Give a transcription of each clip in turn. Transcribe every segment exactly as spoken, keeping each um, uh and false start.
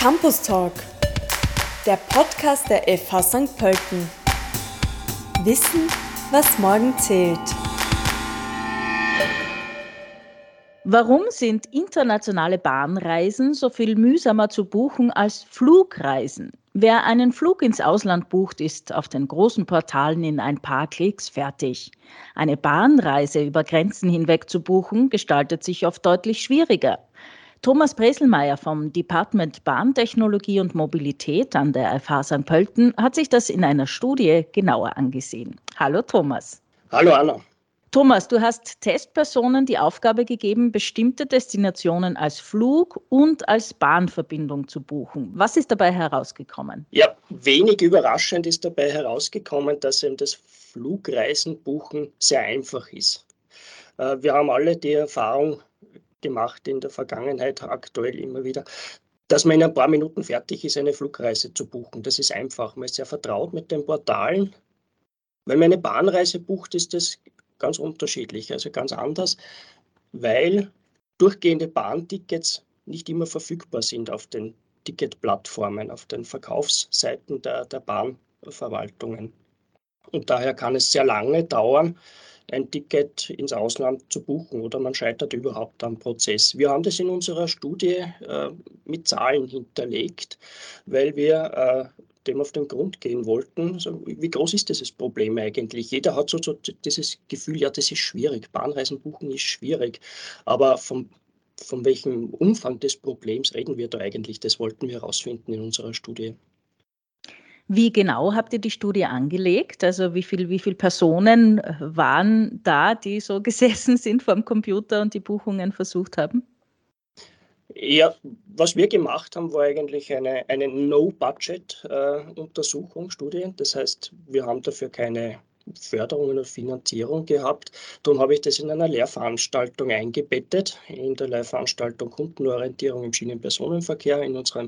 Campus Talk, der Podcast der F H Sankt Pölten. Wissen, was morgen zählt. Warum sind internationale Bahnreisen so viel mühsamer zu buchen als Flugreisen? Wer einen Flug ins Ausland bucht, ist auf den großen Portalen in ein paar Klicks fertig. Eine Bahnreise über Grenzen hinweg zu buchen, gestaltet sich oft deutlich schwieriger. Thomas Breselmeier vom Department Bahntechnologie und Mobilität an der F H Sankt Pölten hat sich das in einer Studie genauer angesehen. Hallo Thomas. Hallo Anna. Thomas, du hast Testpersonen die Aufgabe gegeben, bestimmte Destinationen als Flug- und als Bahnverbindung zu buchen. Was ist dabei herausgekommen? Ja, wenig überraschend ist dabei herausgekommen, dass eben das Flugreisenbuchen sehr einfach ist. Wir haben alle die Erfahrung gemacht in der Vergangenheit, aktuell immer wieder, dass man in ein paar Minuten fertig ist, eine Flugreise zu buchen. Das ist einfach. Man ist sehr vertraut mit den Portalen. Wenn man eine Bahnreise bucht, ist das ganz unterschiedlich, also ganz anders, weil durchgehende Bahntickets nicht immer verfügbar sind auf den Ticketplattformen, auf den Verkaufsseiten der, der Bahnverwaltungen. Und daher kann es sehr lange dauern, ein Ticket ins Ausland zu buchen oder man scheitert überhaupt am Prozess. Wir haben das in unserer Studie äh, mit Zahlen hinterlegt, weil wir äh, dem auf den Grund gehen wollten. Also, wie groß ist dieses Problem eigentlich? Jeder hat so, so dieses Gefühl, ja, das ist schwierig, Bahnreisen buchen ist schwierig, aber vom Von welchem Umfang des Problems reden wir da eigentlich? Das wollten wir herausfinden in unserer Studie. Wie genau habt ihr die Studie angelegt? Also wie viel, wie viele Personen waren da, die so gesessen sind vor dem Computer und die Buchungen versucht haben? Ja, was wir gemacht haben, war eigentlich eine, eine No-Budget-Untersuchung, Studie. Das heißt, wir haben dafür keine Förderung oder Finanzierung gehabt. Darum habe ich das in einer Lehrveranstaltung eingebettet, in der Lehrveranstaltung Kundenorientierung im Schienenpersonenverkehr in unserem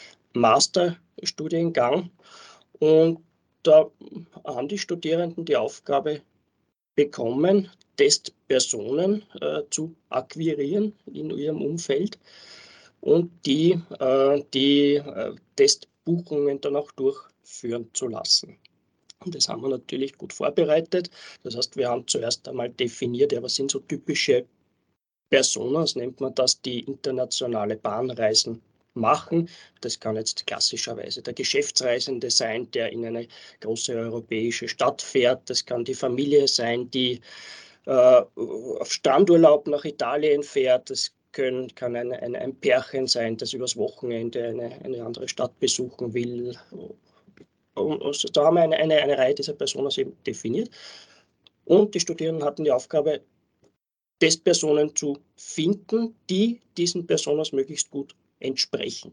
Masterstudiengang. Und da haben die Studierenden die Aufgabe bekommen, Testpersonen äh, zu akquirieren in ihrem Umfeld und die, äh, die äh, Testbuchungen dann auch durchführen zu lassen. Und das haben wir natürlich gut vorbereitet. Das heißt, wir haben zuerst einmal definiert, ja, was sind so typische Personas, nennt man das, die internationale Bahnreisen machen. Das kann jetzt klassischerweise der Geschäftsreisende sein, der in eine große europäische Stadt fährt. Das kann die Familie sein, die äh, auf Strandurlaub nach Italien fährt. Das können, kann ein, ein, ein Pärchen sein, das übers Wochenende eine, eine andere Stadt besuchen will. Und, und da haben wir eine, eine, eine Reihe dieser Personen eben definiert. Und die Studierenden hatten die Aufgabe, Testpersonen zu finden, die diesen Personas möglichst gut entsprechen.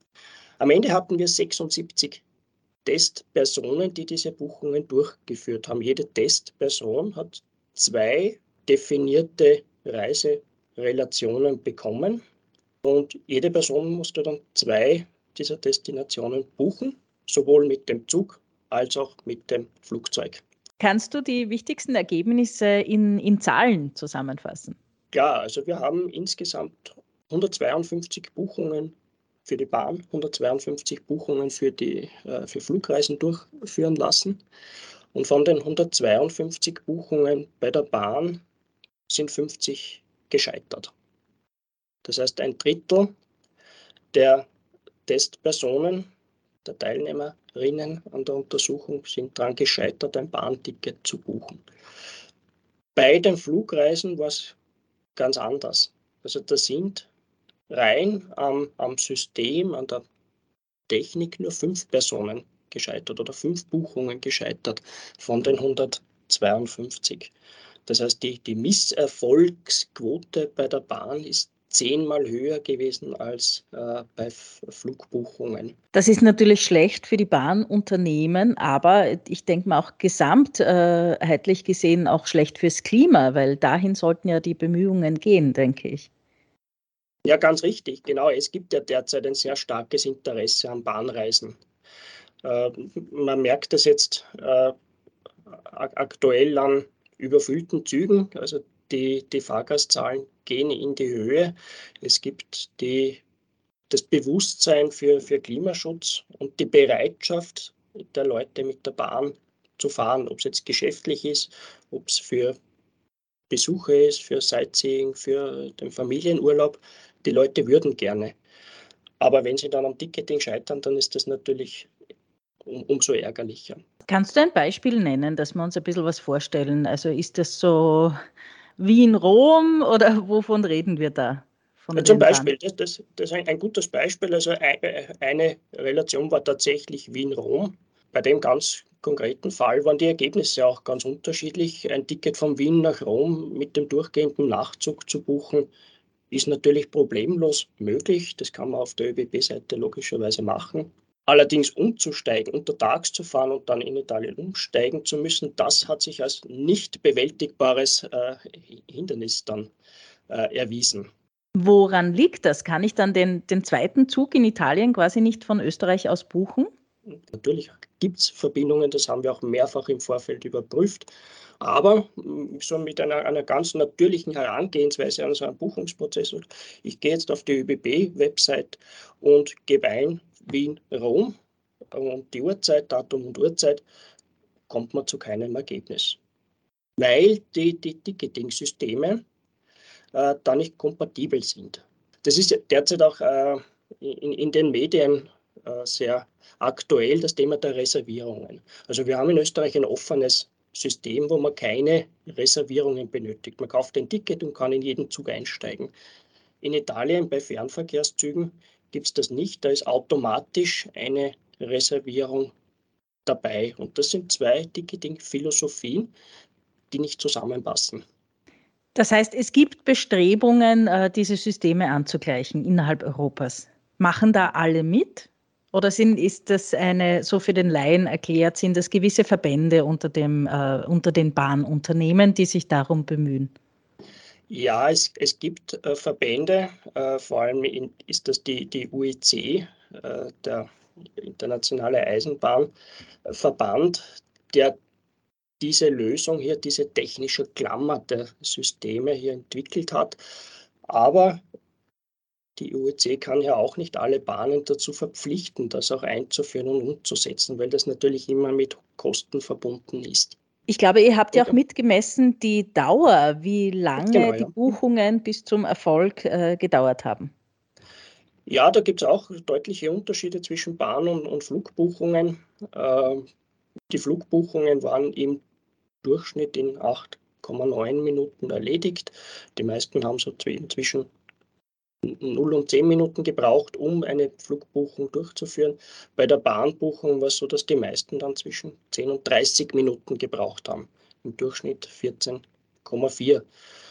Am Ende hatten wir sechsundsiebzig Testpersonen, die diese Buchungen durchgeführt haben. Jede Testperson hat zwei definierte Reiserelationen bekommen und jede Person musste dann zwei dieser Destinationen buchen, sowohl mit dem Zug als auch mit dem Flugzeug. Kannst du die wichtigsten Ergebnisse in, in Zahlen zusammenfassen? Klar, also wir haben insgesamt hundertzweiundfünfzig Buchungen für die Bahn, hundertzweiundfünfzig Buchungen für, die, äh, für Flugreisen durchführen lassen. Und von den hundertzweiundfünfzig Buchungen bei der Bahn sind fünfzig gescheitert. Das heißt, ein Drittel der Testpersonen, der Teilnehmerinnen an der Untersuchung sind daran gescheitert, ein Bahnticket zu buchen. Bei den Flugreisen war es ganz anders. Also da sind rein am, am System, an der Technik nur fünf Personen gescheitert oder fünf Buchungen gescheitert von den hundertzweiundfünfzig. Das heißt, die, die Misserfolgsquote bei der Bahn ist zehnmal höher gewesen als äh, bei F- Flugbuchungen. Das ist natürlich schlecht für die Bahnunternehmen, aber ich denke mal auch gesamtheitlich gesehen auch schlecht fürs Klima, weil dahin sollten ja die Bemühungen gehen, denke ich. Ja, ganz richtig, genau. Es gibt ja derzeit ein sehr starkes Interesse an Bahnreisen. Äh, man merkt das jetzt äh, aktuell an überfüllten Zügen, also die, die Fahrgastzahlen gehen in die Höhe. Es gibt die das Bewusstsein für, für Klimaschutz und die Bereitschaft der Leute mit der Bahn zu fahren, ob es jetzt geschäftlich ist, ob es für Besuche ist, für Sightseeing, für den Familienurlaub. Die Leute würden gerne. Aber wenn sie dann am Ticketing scheitern, dann ist das natürlich um, umso ärgerlicher. Kannst du ein Beispiel nennen, dass wir uns ein bisschen was vorstellen? Also ist das so Wien-Rom oder wovon reden wir da? Von Ja, zum den Beispiel, Bahnen? das, das, das ist ein, ein gutes Beispiel. Also ein, eine Relation war tatsächlich Wien-Rom. Bei dem ganz konkreten Fall waren die Ergebnisse auch ganz unterschiedlich. Ein Ticket von Wien nach Rom mit dem durchgehenden Nachtzug zu buchen, ist natürlich problemlos möglich. Das kann man auf der ÖBB-Seite logischerweise machen. Allerdings umzusteigen, untertags zu fahren und dann in Italien umsteigen zu müssen, das hat sich als nicht bewältigbares äh, Hindernis dann äh, erwiesen. Woran liegt das? Kann ich dann den, den zweiten Zug in Italien quasi nicht von Österreich aus buchen? Natürlich gibt es Verbindungen, das haben wir auch mehrfach im Vorfeld überprüft. Aber so mit einer, einer ganz natürlichen Herangehensweise an so einen Buchungsprozess. Ich gehe jetzt auf die ÖBB-Website und gebe ein Wien-Rom und die Uhrzeit, Datum und Uhrzeit, kommt man zu keinem Ergebnis. Weil die, die Ticketing-Systeme äh, da nicht kompatibel sind. Das ist derzeit auch äh, in, in den Medien äh, sehr aktuell, das Thema der Reservierungen. Also wir haben in Österreich ein offenes System, wo man keine Reservierungen benötigt. Man kauft ein Ticket und kann in jeden Zug einsteigen. In Italien bei Fernverkehrszügen gibt es das nicht. Da ist automatisch eine Reservierung dabei. Und das sind zwei Ticketing-Philosophien, die nicht zusammenpassen. Das heißt, es gibt Bestrebungen, äh, diese Systeme anzugleichen innerhalb Europas. Machen da alle mit? Oder sind, ist das eine, so für den Laien erklärt, sind das gewisse Verbände unter, dem, äh, unter den Bahnunternehmen, die sich darum bemühen? Ja, es, es gibt äh, Verbände, äh, vor allem in, ist das die, die U I C, äh, der Internationale Eisenbahnverband, der diese Lösung hier, diese technische Klammer der Systeme hier entwickelt hat. Aber die U I C kann ja auch nicht alle Bahnen dazu verpflichten, das auch einzuführen und umzusetzen, weil das natürlich immer mit Kosten verbunden ist. Ich glaube, ihr habt ja auch Und, mitgemessen die Dauer, wie lange genau, die ja. Buchungen bis zum Erfolg äh, gedauert haben. Ja, da gibt es auch deutliche Unterschiede zwischen Bahn- und, und Flugbuchungen. Äh, die Flugbuchungen waren im Durchschnitt in acht Komma neun Minuten erledigt. Die meisten haben so zwischen null und zehn Minuten gebraucht, um eine Flugbuchung durchzuführen. Bei der Bahnbuchung war es so, dass die meisten dann zwischen zehn und dreißig Minuten gebraucht haben. Im Durchschnitt vierzehn Komma vier.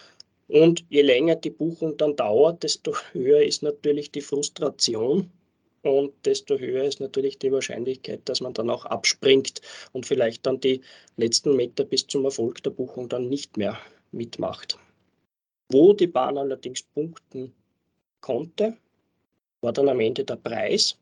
Und je länger die Buchung dann dauert, desto höher ist natürlich die Frustration und desto höher ist natürlich die Wahrscheinlichkeit, dass man dann auch abspringt und vielleicht dann die letzten Meter bis zum Erfolg der Buchung dann nicht mehr mitmacht. Wo die Bahn allerdings punkten konnte, war dann am Ende der Preis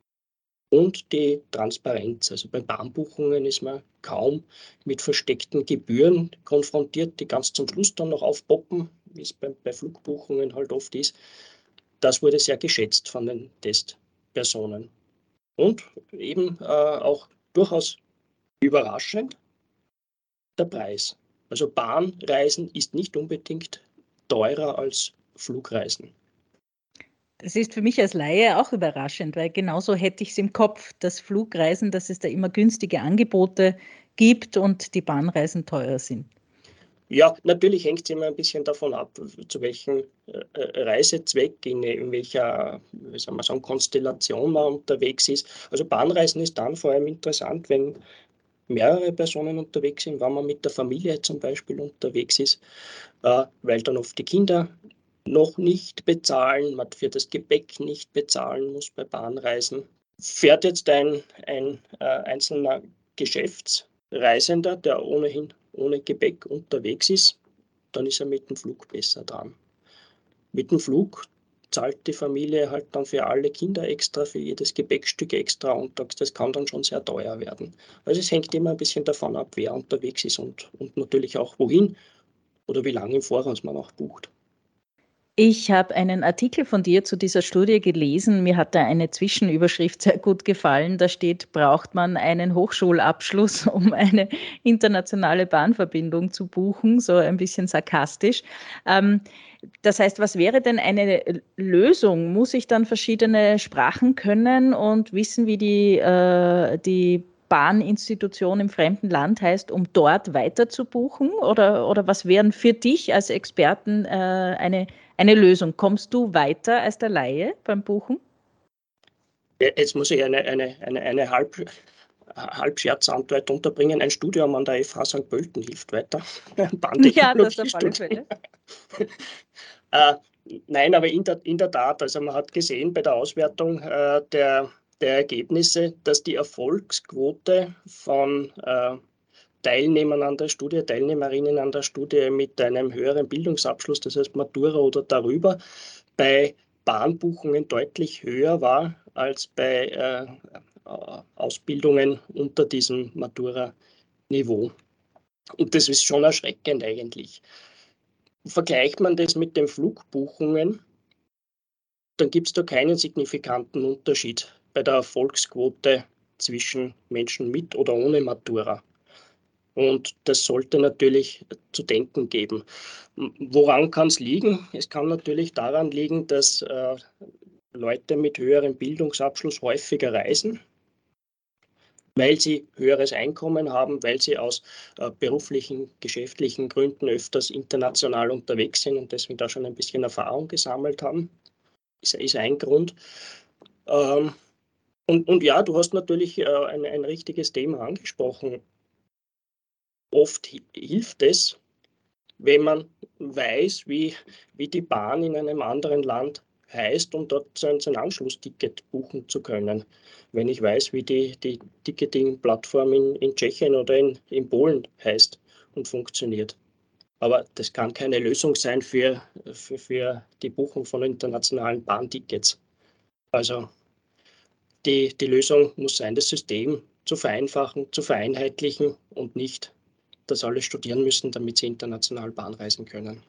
und die Transparenz. Also bei Bahnbuchungen ist man kaum mit versteckten Gebühren konfrontiert, die ganz zum Schluss dann noch aufpoppen, wie es bei, bei Flugbuchungen halt oft ist. Das wurde sehr geschätzt von den Testpersonen. Und eben äh, auch durchaus überraschend der Preis. Also Bahnreisen ist nicht unbedingt teurer als Flugreisen. Das ist für mich als Laie auch überraschend, weil genauso hätte ich es im Kopf, dass Flugreisen, dass es da immer günstige Angebote gibt und die Bahnreisen teuer sind. Ja, natürlich hängt es immer ein bisschen davon ab, zu welchem äh, Reisezweck, in, in welcher, wie soll man sagen, Konstellation man unterwegs ist. Also Bahnreisen ist dann vor allem interessant, wenn mehrere Personen unterwegs sind, wenn man mit der Familie zum Beispiel unterwegs ist, äh, weil dann oft die Kinder noch nicht bezahlen, man für das Gepäck nicht bezahlen muss bei Bahnreisen. Fährt jetzt ein, ein äh, einzelner Geschäftsreisender, der ohnehin ohne Gepäck unterwegs ist, dann ist er mit dem Flug besser dran. Mit dem Flug zahlt die Familie halt dann für alle Kinder extra, für jedes Gepäckstück extra und das kann dann schon sehr teuer werden. Also es hängt immer ein bisschen davon ab, wer unterwegs ist und, und natürlich auch wohin oder wie lange im Voraus man auch bucht. Ich habe einen Artikel von dir zu dieser Studie gelesen. Mir hat da eine Zwischenüberschrift sehr gut gefallen. Da steht, braucht man einen Hochschulabschluss, um eine internationale Bahnverbindung zu buchen? So ein bisschen sarkastisch. Ähm, das heißt, was wäre denn eine Lösung? Muss ich dann verschiedene Sprachen können und wissen, wie die, äh, die Bahninstitution im fremden Land heißt, um dort weiter zu buchen? Oder, oder was wären für dich als Experten äh, eine eine Lösung? Kommst du weiter als der Laie beim Buchen? Jetzt muss ich eine, eine, eine, eine halb, Halbscherzantwort unterbringen. Ein Studium an der F H Sankt Pölten hilft weiter. Ja, das auf alle Fälle. äh, nein, aber in der, in der Tat, also man hat gesehen bei der Auswertung äh, der, der Ergebnisse, dass die Erfolgsquote von äh, Teilnehmern an der Studie, Teilnehmerinnen an der Studie mit einem höheren Bildungsabschluss, das heißt Matura oder darüber, bei Bahnbuchungen deutlich höher war als bei äh, Ausbildungen unter diesem Matura-Niveau. Und das ist schon erschreckend eigentlich. Vergleicht man das mit den Flugbuchungen, dann gibt es da keinen signifikanten Unterschied bei der Erfolgsquote zwischen Menschen mit oder ohne Matura. Und das sollte natürlich zu denken geben. Woran kann es liegen? Es kann natürlich daran liegen, dass äh, Leute mit höherem Bildungsabschluss häufiger reisen, weil sie höheres Einkommen haben, weil sie aus äh, beruflichen, geschäftlichen Gründen öfters international unterwegs sind und deswegen da schon ein bisschen Erfahrung gesammelt haben. Ist, ist ein Grund. Ähm, und, und ja, du hast natürlich äh, ein, ein richtiges Thema angesprochen. Oft hilft es, wenn man weiß, wie, wie die Bahn in einem anderen Land heißt, um dort sein, sein Anschlussticket buchen zu können. Wenn ich weiß, wie die, die Ticketing-Plattform in, in Tschechien oder in, in Polen heißt und funktioniert. Aber das kann keine Lösung sein für, für, für die Buchung von internationalen Bahntickets. Also die, die Lösung muss sein, das System zu vereinfachen, zu vereinheitlichen und nicht, dass alle studieren müssen, damit sie international Bahn reisen können.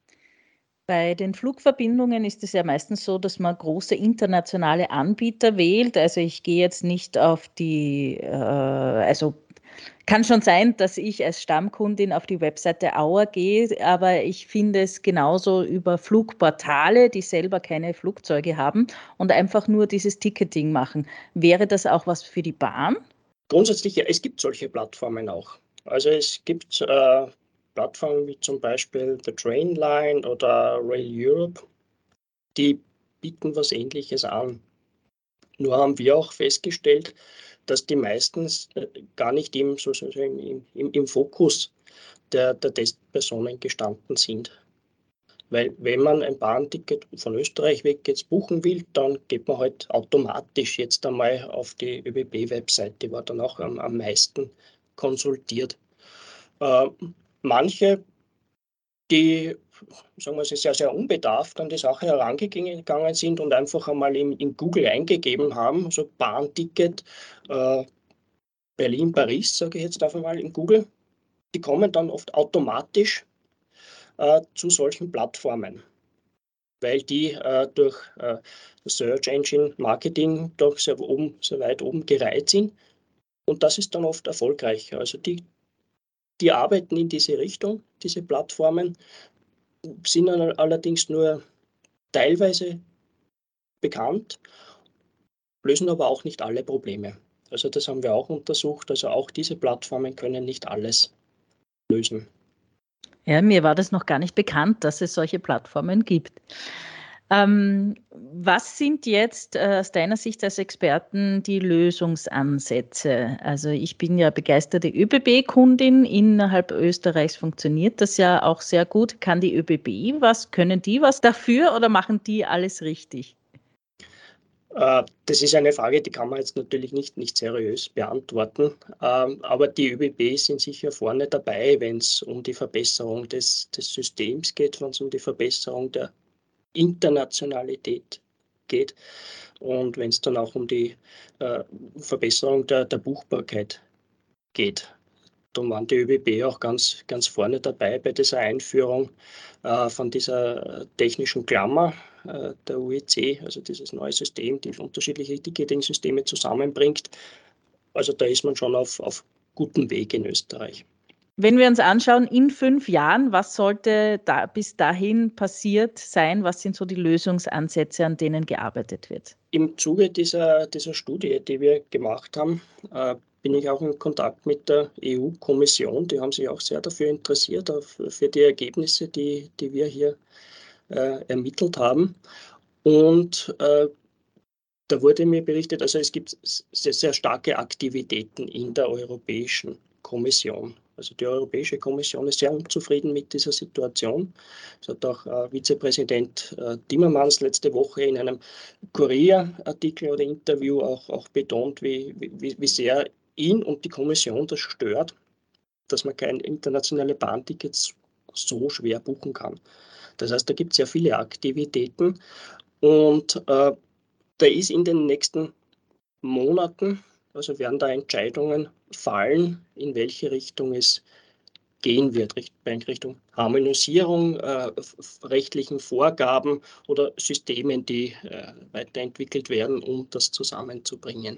Bei den Flugverbindungen ist es ja meistens so, dass man große internationale Anbieter wählt. Also ich gehe jetzt nicht auf die, äh, also kann schon sein, dass ich als Stammkundin auf die Webseite Auer gehe, aber ich finde es genauso über Flugportale, die selber keine Flugzeuge haben und einfach nur dieses Ticketing machen. Wäre das auch was für die Bahn? Grundsätzlich, ja, es gibt solche Plattformen auch. Also es gibt äh, Plattformen wie zum Beispiel The Trainline oder Rail Europe, die bieten was Ähnliches an. Nur haben wir auch festgestellt, dass die meistens äh, gar nicht im, sozusagen im, im, im Fokus der, der Testpersonen gestanden sind. Weil wenn man ein Bahnticket von Österreich weg jetzt buchen will, dann geht man halt automatisch jetzt einmal auf die ÖBB-Webseite, die war dann auch am, am meisten konsultiert. Äh, manche, die sagen wir, sehr, sehr unbedarft an die Sache herangegangen sind und einfach einmal in, in Google eingegeben haben, so Bahnticket äh, Berlin-Paris, sage ich jetzt einfach mal in Google, die kommen dann oft automatisch äh, zu solchen Plattformen, weil die äh, durch äh, Search Engine Marketing doch sehr, oben, sehr weit oben gereiht sind. Und das ist dann oft erfolgreicher. Also die, die arbeiten in diese Richtung, diese Plattformen, sind allerdings nur teilweise bekannt, lösen aber auch nicht alle Probleme. Also das haben wir auch untersucht. Also auch diese Plattformen können nicht alles lösen. Ja, mir war das noch gar nicht bekannt, dass es solche Plattformen gibt. Ähm, was sind jetzt äh, aus deiner Sicht als Experten die Lösungsansätze? Also ich bin ja begeisterte ÖBB-Kundin. Innerhalb Österreichs funktioniert das ja auch sehr gut. Kann die ÖBB was? Können die was dafür oder machen die alles richtig? Das ist eine Frage, die kann man jetzt natürlich nicht, nicht seriös beantworten. Aber die ÖBB sind sicher vorne dabei, wenn es um die Verbesserung des, des Systems geht, wenn es um die Verbesserung der Internationalität geht und wenn es dann auch um die äh, Verbesserung der, der Buchbarkeit geht. da waren die ÖBB auch ganz, ganz vorne dabei bei dieser Einführung äh, von dieser technischen Klammer äh, der U E C, also dieses neue System, die unterschiedliche Ticketing-Systeme zusammenbringt. Also da ist man schon auf, auf gutem Weg in Österreich. Wenn wir uns anschauen, in fünf Jahren, was sollte da bis dahin passiert sein? Was sind so die Lösungsansätze, an denen gearbeitet wird? Im Zuge dieser, dieser Studie, die wir gemacht haben, äh, bin ich auch in Kontakt mit der E U-Kommission. Die haben sich auch sehr dafür interessiert, auf, für die Ergebnisse, die, die wir hier äh, ermittelt haben. Und äh, da wurde mir berichtet, also es gibt sehr, sehr starke Aktivitäten in der Europäischen Kommission. Also die Europäische Kommission ist sehr unzufrieden mit dieser Situation. Das hat auch äh, Vizepräsident äh, Timmermans letzte Woche in einem Kurier-Artikel oder Interview auch, auch betont, wie, wie, wie sehr ihn und die Kommission das stört, dass man kein internationale Bahntickets so schwer buchen kann. Das heißt, da gibt es sehr viele Aktivitäten und äh, da ist in den nächsten Monaten, also werden da Entscheidungen fallen, in welche Richtung es gehen wird, Richtung Harmonisierung, äh, rechtlichen Vorgaben oder Systemen, die äh, weiterentwickelt werden, um das zusammenzubringen.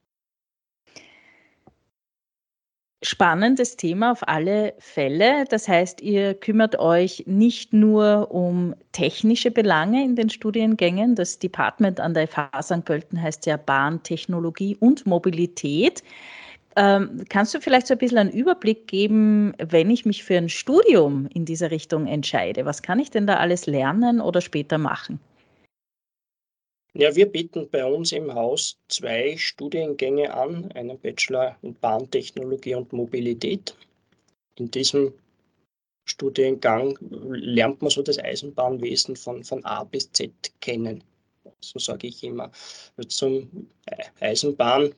Spannendes Thema auf alle Fälle. Das heißt, ihr kümmert euch nicht nur um technische Belange in den Studiengängen. Das Department an der F H Sankt Pölten heißt ja Bahn, Technologie und Mobilität. Ähm, kannst du vielleicht so ein bisschen einen Überblick geben, wenn ich mich für ein Studium in dieser Richtung entscheide? Was kann ich denn da alles lernen oder später machen? Ja, wir bieten bei uns im Haus zwei Studiengänge an, einen Bachelor in Bahntechnologie und Mobilität. In diesem Studiengang lernt man so das Eisenbahnwesen von, von A bis Z kennen. So sage ich immer. Zum Eisenbahnbetrieb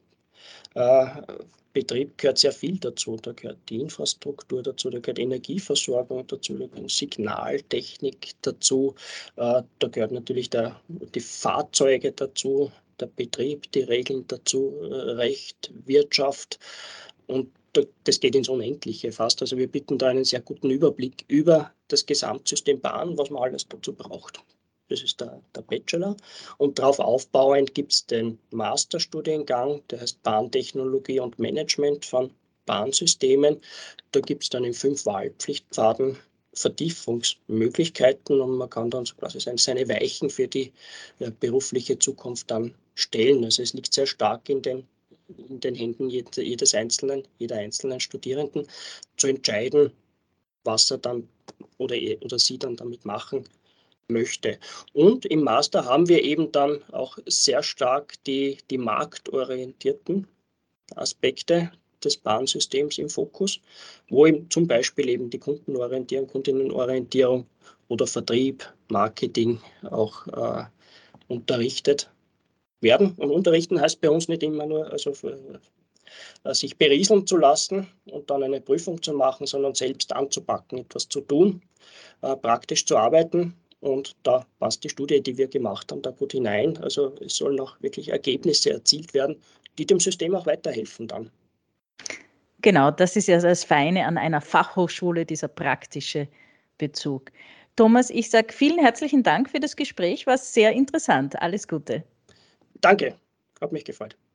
äh, gehört sehr viel dazu. Da gehört die Infrastruktur dazu, da gehört Energieversorgung dazu, da gehört Signaltechnik dazu, äh, da gehört natürlich der, die Fahrzeuge dazu, der Betrieb, die Regeln dazu, äh, Recht, Wirtschaft und das geht ins Unendliche fast. Also wir bieten da einen sehr guten Überblick über das Gesamtsystem Bahn, was man alles dazu braucht. Das ist der, der Bachelor. Und darauf aufbauend gibt es den Masterstudiengang, der heißt Bahntechnologie und Management von Bahnsystemen. Da gibt es dann in fünf Wahlpflichtpfaden Vertiefungsmöglichkeiten und man kann dann quasi seine Weichen für die ja, berufliche Zukunft dann stellen. Also es liegt sehr stark in den in den Händen jedes einzelnen, jeder einzelnen Studierenden zu entscheiden, was er dann oder, oder sie dann damit machen möchte. Und im Master haben wir eben dann auch sehr stark die, die marktorientierten Aspekte des Bahnsystems im Fokus, wo eben zum Beispiel eben die Kundenorientierung, Kundinnenorientierung oder Vertrieb, Marketing auch äh, unterrichtet werden. Und unterrichten heißt bei uns nicht immer nur, also für, äh, sich berieseln zu lassen und dann eine Prüfung zu machen, sondern selbst anzupacken, etwas zu tun, äh, praktisch zu arbeiten. Und da passt die Studie, die wir gemacht haben, da gut hinein. Also es sollen auch wirklich Ergebnisse erzielt werden, die dem System auch weiterhelfen dann. Genau, das ist ja das Feine an einer Fachhochschule, dieser praktische Bezug. Thomas, ich sage vielen herzlichen Dank für das Gespräch, war sehr interessant. Alles Gute. Danke, hat mich gefreut.